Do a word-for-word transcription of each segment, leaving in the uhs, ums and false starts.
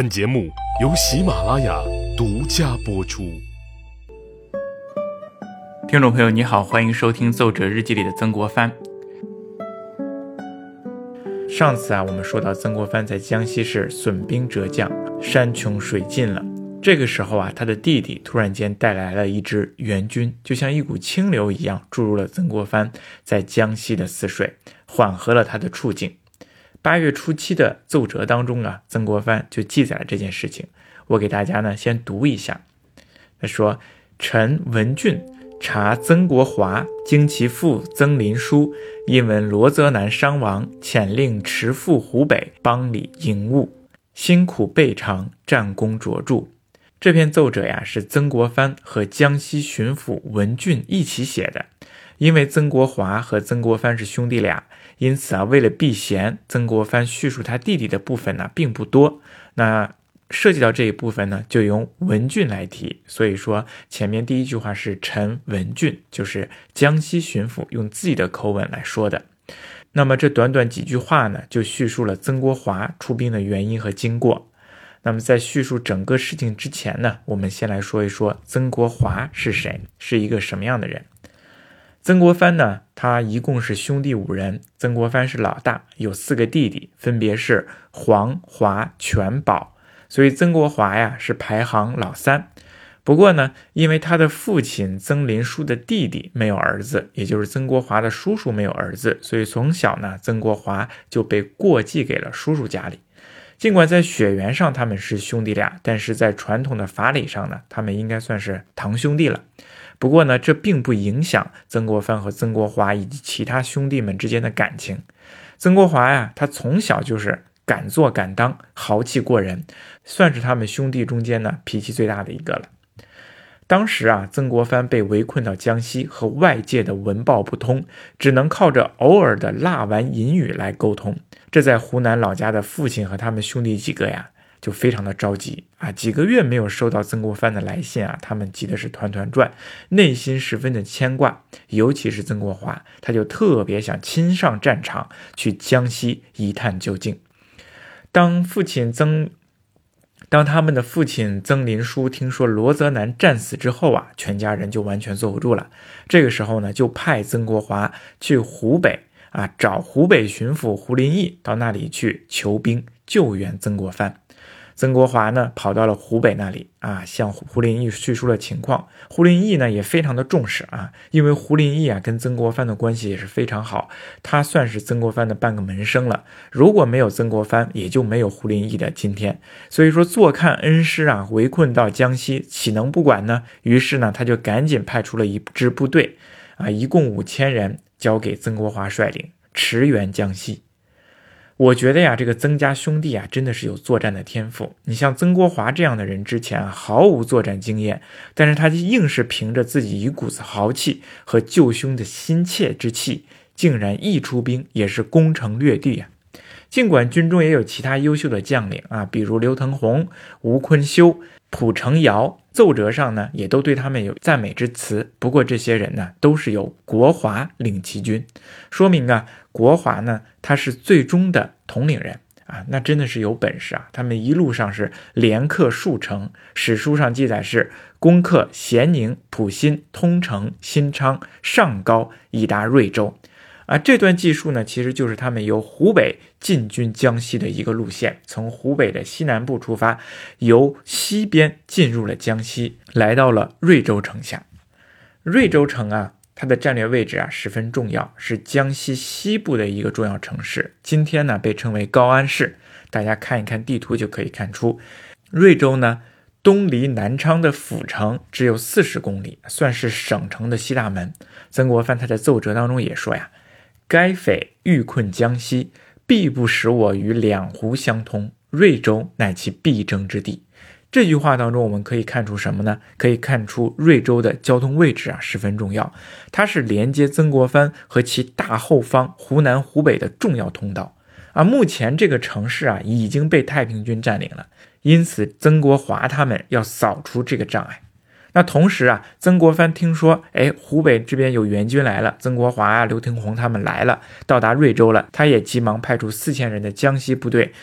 本节目由喜马拉雅独家播出。 听众朋友你好，欢迎收听奏折日记里的曾国藩。上次啊，我们说到曾国藩在江西是损兵折将，山穷水尽了。这个时候啊，他的弟弟突然间带来了一支援军，就像一股清流一样注入了曾国藩在江西的泗水，缓和了他的处境。八月初七的奏折当中啊，曾国藩就记载了这件事情。我给大家呢先读一下。他说：臣文俊查曾国华经其父曾林书，因闻罗泽南伤亡，遣令持赴湖北帮里营务，辛苦备尝，战功卓著。这篇奏折呀，是曾国藩和江西巡抚文俊一起写的。因为曾国华和曾国藩是兄弟俩，因此啊，为了避嫌，曾国藩叙述他弟弟的部分呢并不多。那涉及到这一部分呢，就由文俊来提。所以说前面第一句话是陈文俊，就是江西巡抚用自己的口吻来说的。那么这短短几句话呢，就叙述了曾国华出兵的原因和经过。那么在叙述整个事情之前呢，我们先来说一说曾国华是谁，是一个什么样的人。曾国藩呢，他一共是兄弟五人，曾国藩是老大，有四个弟弟，分别是黄、华、全、宝，所以曾国华呀是排行老三。不过呢，因为他的父亲曾林书的弟弟没有儿子，也就是曾国华的叔叔没有儿子，所以从小呢，曾国华就被过继给了叔叔家里。尽管在血缘上他们是兄弟俩，但是在传统的法理上呢，他们应该算是堂兄弟了。不过呢，这并不影响曾国藩和曾国华以及其他兄弟们之间的感情。曾国华呀，他从小就是敢做敢当，豪气过人，算是他们兄弟中间呢脾气最大的一个了。当时啊，曾国藩被围困到江西，和外界的文报不通，只能靠着偶尔的蜡丸隐语来沟通。这在湖南老家的父亲和他们兄弟几个呀，就非常的着急啊！几个月没有收到曾国藩的来信啊，他们急的是团团转，内心十分的牵挂。尤其是曾国华，他就特别想亲上战场，去江西一探究竟。当父亲曾当他们的父亲曾林书听说罗泽南战死之后啊，全家人就完全坐不住了。这个时候呢，就派曾国华去湖北啊，找湖北巡抚胡林翼到那里去求兵救援曾国藩。曾国华呢跑到了湖北那里啊，向胡林翼叙述了情况。胡林翼呢也非常的重视啊，因为胡林翼啊跟曾国藩的关系也是非常好，他算是曾国藩的半个门生了。如果没有曾国藩，也就没有胡林翼的今天。所以说坐看恩师啊围困到江西，岂能不管呢？于是呢，他就赶紧派出了一支部队啊，一共五千人，交给曾国华率领，驰援江西。我觉得呀，这个曾家兄弟啊，真的是有作战的天赋。你像曾国华这样的人，之前啊毫无作战经验，但是他硬是凭着自己一股子豪气和救兄的心切之气，竟然一出兵也是攻城略地啊。尽管军中也有其他优秀的将领啊，比如刘腾宏、吴坤修、蒲承尧，奏折上呢也都对他们有赞美之词。不过这些人呢都是由国华领其军，说明啊国华呢他是最终的统领人啊，那真的是有本事啊！他们一路上是连克数城，史书上记载是攻克咸宁、普新、通城、新昌、上高，以达瑞州。啊，这段记述呢，其实就是他们由湖北进军江西的一个路线，从湖北的西南部出发，由西边进入了江西，来到了瑞州城下。瑞州城啊，它的战略位置啊十分重要，是江西西部的一个重要城市。今天呢，被称为高安市。大家看一看地图就可以看出，瑞州呢东离南昌的府城只有四十公里，算是省城的西大门。曾国藩他在奏折当中也说呀，该匪欲困江西，必不使我与两湖相通，瑞州乃其必争之地。这句话当中我们可以看出什么呢？可以看出瑞州的交通位置啊十分重要，它是连接曾国藩和其大后方湖南湖北的重要通道啊。目前这个城市啊已经被太平军占领了，因此曾国华他们要扫除这个障碍。那同时啊，曾国藩听说，哎，湖北这边有援军来了，曾国华啊、刘廷宏他们来了，到达瑞州了，他也急忙派出四千人的江西部队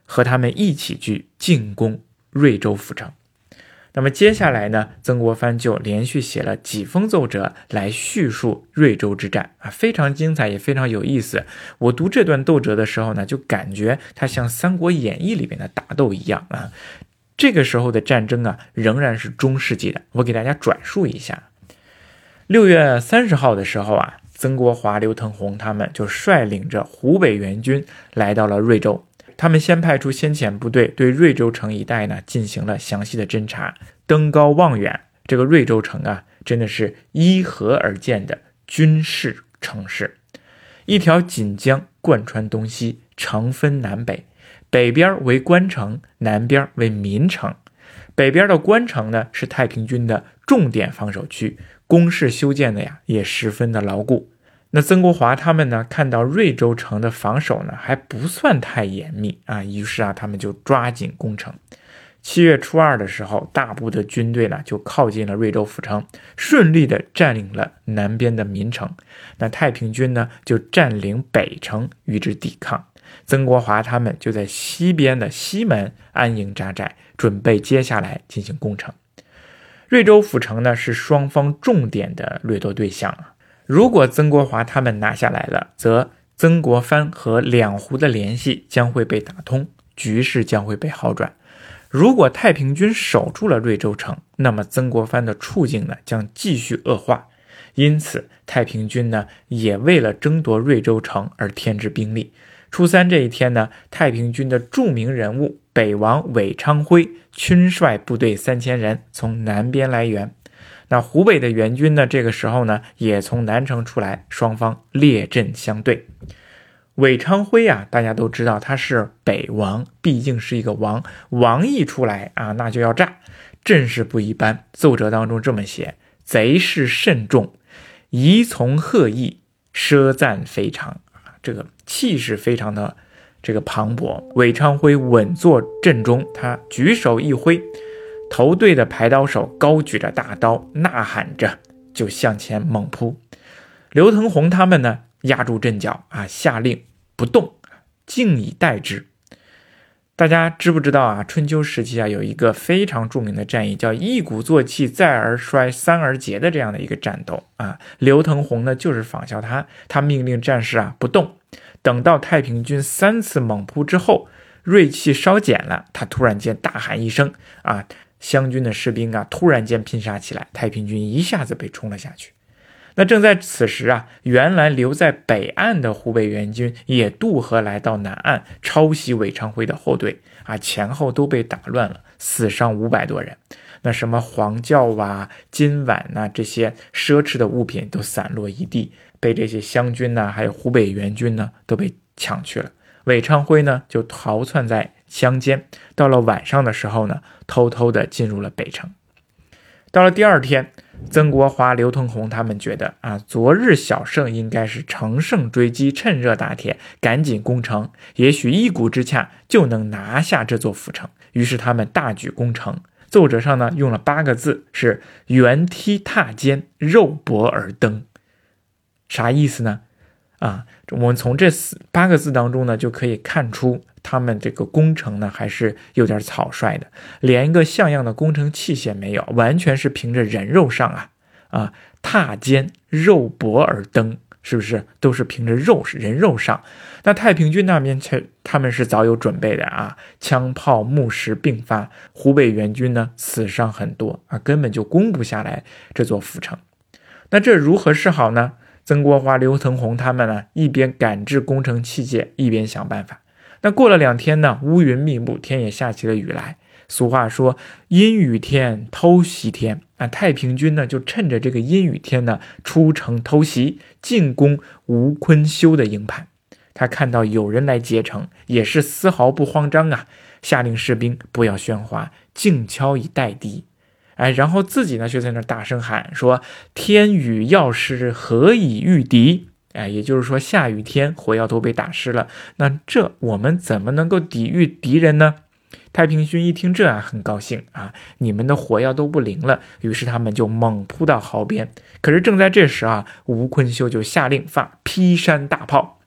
和他们一起去进攻瑞州府城。那么接下来呢，曾国藩就连续写了几封奏折来叙述瑞州之战啊，非常精彩也非常有意思。我读这段奏折的时候呢，就感觉它像《三国演义》里面的打斗一样啊。这个时候的战争啊，仍然是中世纪的。我给大家转述一下。六月三十号的时候啊，曾国华、刘腾鸿他们就率领着湖北援军来到了瑞州。他们先派出先遣部队对瑞州城一带呢进行了详细的侦查。登高望远，这个瑞州城啊，真的是依河而建的军事城市。一条锦江贯穿东西，城分南北，北边为关城，南边为民城。北边的关城呢是太平军的重点防守区，工事修建的呀也十分的牢固。那曾国华他们呢看到瑞州城的防守呢还不算太严密啊，于是啊他们就抓紧攻城。七月初二的时候，大部的军队呢就靠近了瑞州府城，顺利的占领了南边的民城。那太平军呢就占领北城与之抵抗。曾国华他们就在西边的西门安营扎寨，准备接下来进行攻城。瑞州府城呢是双方重点的掠夺对象啊。如果曾国华他们拿下来了，则曾国藩和两湖的联系将会被打通，局势将会被好转。如果太平军守住了瑞州城，那么曾国藩的处境呢将继续恶化。因此太平军呢也为了争夺瑞州城而添置兵力。初三这一天呢，太平军的著名人物北王韦昌辉亲率部队三千人从南边来援。那湖北的援军呢，这个时候呢也从南城出来，双方列阵相对。韦昌辉啊，大家都知道他是北王，毕竟是一个王，王一出来啊，那就要炸，阵势不一般。奏折当中这么写：贼势甚重，仪从赫义，奢赞非常。这个气势非常的这个磅礴。韦昌辉稳坐阵中，他举手一挥，头队的排刀手高举着大刀，呐喊着就向前猛扑。刘腾鸿他们呢压住阵脚啊，下令不动，静以待之。大家知不知道啊？春秋时期啊，有一个非常著名的战役，叫一鼓作气，再而衰，三而竭的这样的一个战斗啊。刘腾鸿呢，就是仿效他，他命令战士啊不动。等到太平军三次猛扑之后，锐气稍减了，他突然间大喊一声啊，湘军的士兵啊突然间拼杀起来，太平军一下子被冲了下去。那正在此时啊，原来留在北岸的湖北援军也渡河来到南岸，抄袭韦昌辉的后队啊，前后都被打乱了，死伤五百多人。那什么黄轿啊、金碗啊，这些奢侈的物品都散落一地，被这些湘军呢、啊，还有湖北援军呢，都被抢去了。韦昌辉呢，就逃窜在乡间，到了晚上的时候呢，偷偷的进入了北城。到了第二天，曾国华、刘腾鸿他们觉得啊，昨日小胜应该是乘胜追击，趁热打铁，赶紧攻城，也许一鼓之下就能拿下这座府城。于是他们大举攻城。奏折上呢用了八个字，是原梯踏坚，肉搏而登。啥意思呢？啊，我们从这八个字当中呢，就可以看出他们这个工程呢还是有点草率的，连一个像样的工程器械没有，完全是凭着人肉上啊啊，踏坚肉搏而登，是不是都是凭着肉人肉上？那太平军那边他们是早有准备的啊，枪炮木石并发，湖北援军呢死伤很多啊，根本就攻不下来这座府城。那这如何是好呢？曾国华、刘腾鸿他们呢，一边赶制工程器械，一边想办法。那过了两天呢，乌云密布，天也下起了雨来。俗话说阴雨天偷袭天啊，太平军呢就趁着这个阴雨天呢，出城偷袭，进攻吴坤修的营盘。他看到有人来劫城，也是丝毫不慌张啊，下令士兵不要喧哗，静悄以待敌。哎，然后自己呢就在那大声喊说：“天雨药湿，何以御敌？”哎，也就是说下雨天火药都被打湿了，那这我们怎么能够抵御敌人呢？太平军一听这啊，很高兴啊，你们的火药都不灵了，于是他们就猛扑到壕边。可是正在这时啊，吴坤修就下令发劈山大炮，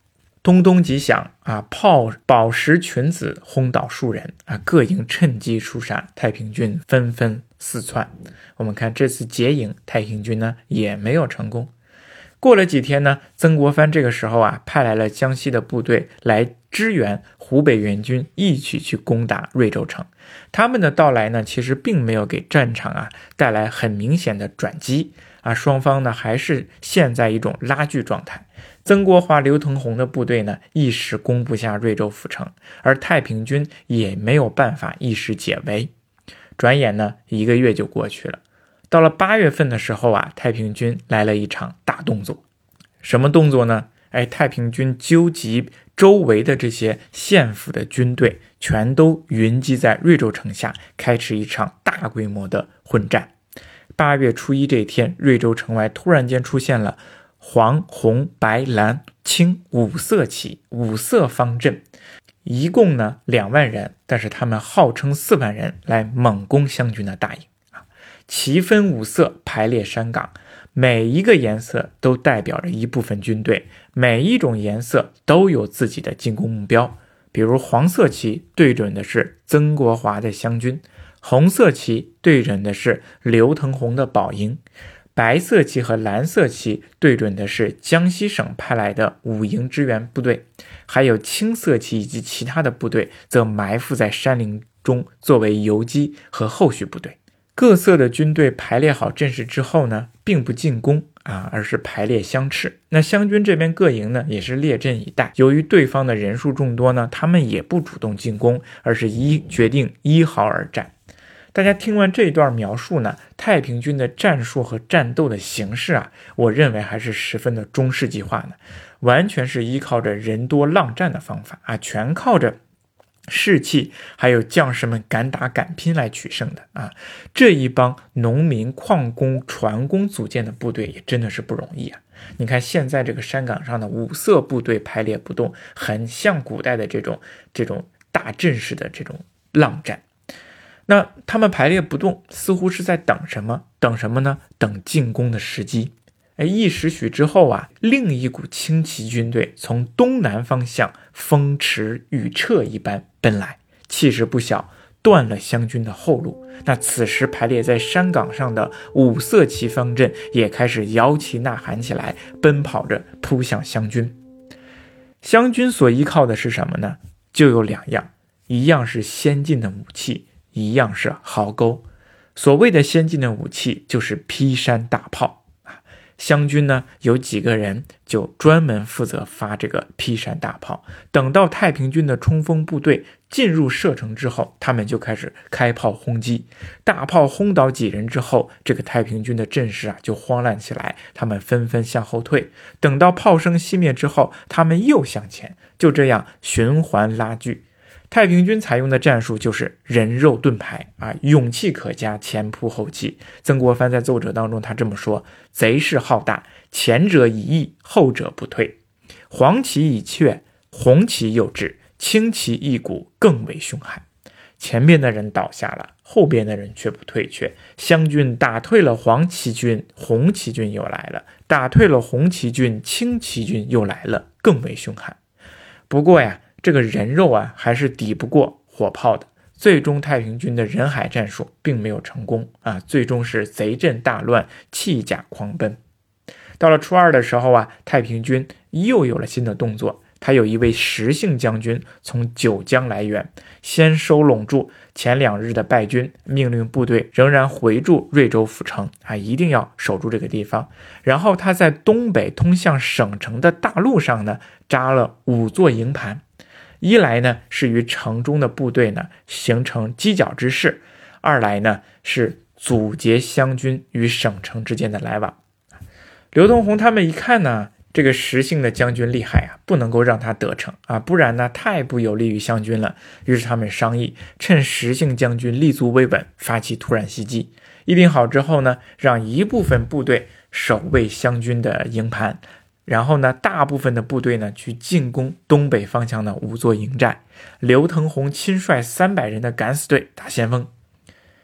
咚咚几响啊，炮宝石群子轰倒数人啊，各营趁机出杀，太平军纷纷四窜。我们看这次劫营，太平军呢也没有成功。过了几天呢，曾国藩这个时候啊，派来了江西的部队来支援湖北援军，一起去攻打瑞州城。他们的到来呢，其实并没有给战场啊带来很明显的转机啊，双方呢还是陷在一种拉锯状态。曾国华、刘腾宏的部队呢，一时攻不下瑞州府城，而太平军也没有办法一时解围。转眼呢，一个月就过去了。到了八月份的时候啊，太平军来了一场大动作。什么动作呢？哎，太平军纠集周围的这些县府的军队，全都云集在瑞州城下，开始一场大规模的混战。八月初一这天，瑞州城外突然间出现了黄、红、白、蓝、青五色旗，五色方阵，一共呢两万人，但是他们号称四万人来猛攻湘军的大营。旗分五色排列山岗，每一个颜色都代表着一部分军队，每一种颜色都有自己的进攻目标。比如黄色旗对准的是曾国华的湘军，红色旗对准的是刘腾宏的保营，白色旗和蓝色旗对准的是江西省派来的五营支援部队，还有青色旗以及其他的部队则埋伏在山林中作为游击和后续部队。各色的军队排列好阵势之后呢，并不进攻啊，而是排列相斥。那湘军这边各营呢，也是列阵以待。由于对方的人数众多呢，他们也不主动进攻，而是依决定依豪而战。大家听完这一段描述呢，太平军的战术和战斗的形式啊，我认为还是十分的中世纪化的，完全是依靠着人多浪战的方法啊，全靠着士气还有将士们敢打敢拼来取胜的啊！这一帮农民、矿工、船工组建的部队也真的是不容易啊！你看现在这个山岗上的五色部队排列不动，很像古代的这种这种大阵势的这种浪战。那他们排列不动，似乎是在等什么？等什么呢？等进攻的时机。哎，一时许之后啊，另一股轻骑军队从东南方向风驰雨掣一般奔来，气势不小，断了湘军的后路。那此时排列在山岗上的五色旗方阵也开始摇旗呐喊起来，奔跑着扑向湘军。湘军所依靠的是什么呢？就有两样，一样是先进的武器，一样是壕沟。所谓的先进的武器就是劈山大炮。湘军呢有几个人就专门负责发这个劈山大炮，等到太平军的冲锋部队进入射程之后，他们就开始开炮轰击。大炮轰倒几人之后，这个太平军的阵势啊就慌乱起来，他们纷纷向后退。等到炮声熄灭之后，他们又向前，就这样循环拉锯。太平军采用的战术就是人肉盾牌啊，勇气可嘉，前仆后继。曾国藩在奏折当中他这么说：贼势浩大，前者以逸，后者不退。黄旗已却，红旗又至，青旗一股，更为凶悍。前边的人倒下了，后边的人却不退却。湘军打退了黄旗军，红旗军又来了；打退了红旗军，青旗军又来了，更为凶悍。不过呀，这个人肉啊还是抵不过火炮的，最终太平军的人海战术并没有成功啊，最终是贼阵大乱，弃甲狂奔。到了初二的时候啊，太平军又有了新的动作，他有一位石姓将军从九江来援，先收拢住前两日的败军，命令部队仍然回驻瑞州府城啊，一定要守住这个地方。然后他在东北通向省城的大路上呢，扎了五座营盘。一来呢是与城中的部队呢形成犄角之势，二来呢是阻截湘军与省城之间的来往。刘腾宏他们一看呢，这个石姓的将军厉害啊，不能够让他得逞啊，不然呢太不有利于湘军了。于是他们商议，趁石姓将军立足未稳，发起突然袭击。议定好之后呢，让一部分部队守卫湘军的营盘，然后呢，大部分的部队呢去进攻东北方向的五座营寨。刘腾宏亲率三百人的敢死队打先锋。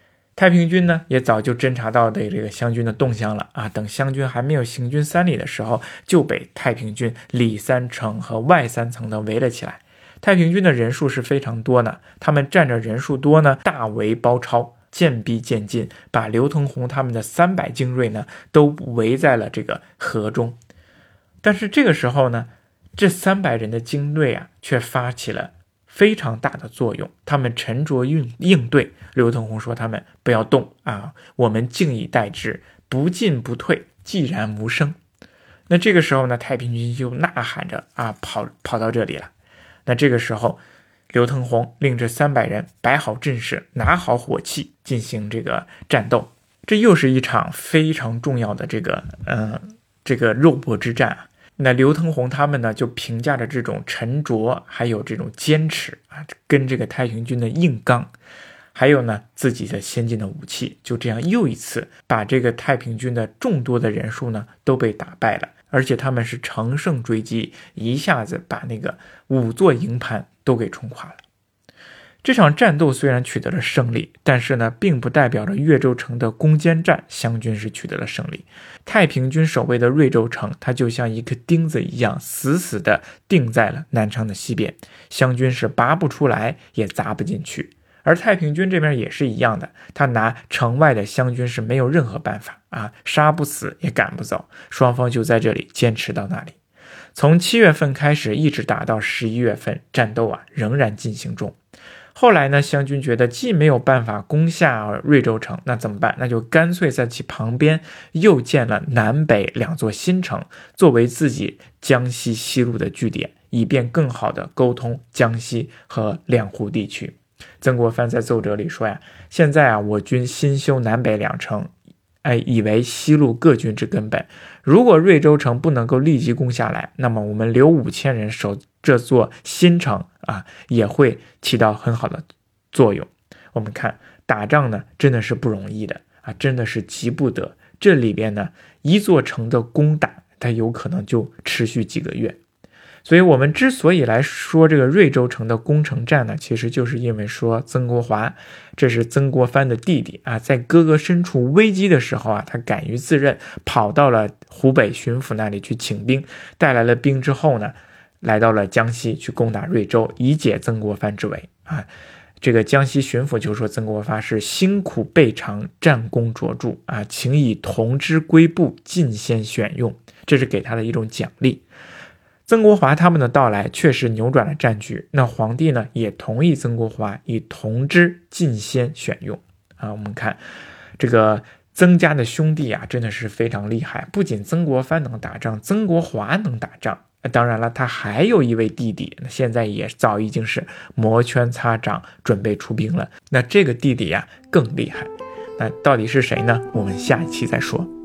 太平军呢也早就侦察到的这个湘军的动向了啊，等湘军还没有行军三里的时候，就被太平军里三层和外三层的围了起来。太平军的人数是非常多的，他们占着人数多呢，大围包抄，渐逼渐进，把刘腾宏他们的三百精锐呢都围在了这个河中。但是这个时候呢，这三百人的精锐啊，却发起了非常大的作用，他们沉着应应对。刘腾宏说他们不要动啊，我们静以待之，不进不退，寂然无声。那这个时候呢，太平军就呐喊着啊跑跑到这里了。那这个时候刘腾宏令这三百人摆好阵势，拿好火器，进行这个战斗。这又是一场非常重要的这个呃这个肉搏之战啊。那刘腾宏他们呢，就凭借着这种沉着还有这种坚持啊，跟这个太平军的硬刚，还有呢自己的先进的武器，就这样又一次把这个太平军的众多的人数呢都被打败了。而且他们是乘胜追击，一下子把那个五座营盘都给冲垮了。这场战斗虽然取得了胜利，但是呢，并不代表着越州城的攻坚战湘军是取得了胜利。太平军守卫的瑞州城，它就像一颗钉子一样，死死地钉在了南昌的西边，湘军是拔不出来，也砸不进去。而太平军这边也是一样的，他拿城外的湘军是没有任何办法啊，杀不死也赶不走，双方就在这里坚持到那里。从七月份开始，一直打到十一月份，战斗啊仍然进行中。后来呢，湘军觉得既没有办法攻下瑞州城，那怎么办？那就干脆在其旁边又建了南北两座新城，作为自己江西西路的据点，以便更好的沟通江西和两湖地区。曾国藩在奏折里说呀，现在啊，我军新修南北两城，哎，以为西路各军之根本。如果瑞州城不能够立即攻下来，那么我们留五千人守这座新城啊，也会起到很好的作用。我们看打仗呢，真的是不容易的啊，真的是急不得。这里边呢，一座城的攻打，它有可能就持续几个月。所以我们之所以来说这个瑞州城的攻城战呢，其实就是因为说曾国华，这是曾国藩的弟弟啊，在哥哥身处危机的时候啊，他敢于自刃，跑到了湖北巡抚那里去请兵，带来了兵之后呢，来到了江西去攻打瑞州，以解曾国藩之围啊。这个江西巡抚就说曾国藩是辛苦备尝，战功卓著啊，请以同知归部，尽先选用，这是给他的一种奖励。曾国华他们的到来确实扭转了战局，那皇帝呢也同意曾国华以同知进先选用啊。我们看这个曾家的兄弟啊，真的是非常厉害，不仅曾国藩能打仗，曾国华能打仗，当然了，他还有一位弟弟，现在也早已经是摩拳擦掌，准备出兵了。那这个弟弟呀、啊、更厉害，那到底是谁呢？我们下一期再说。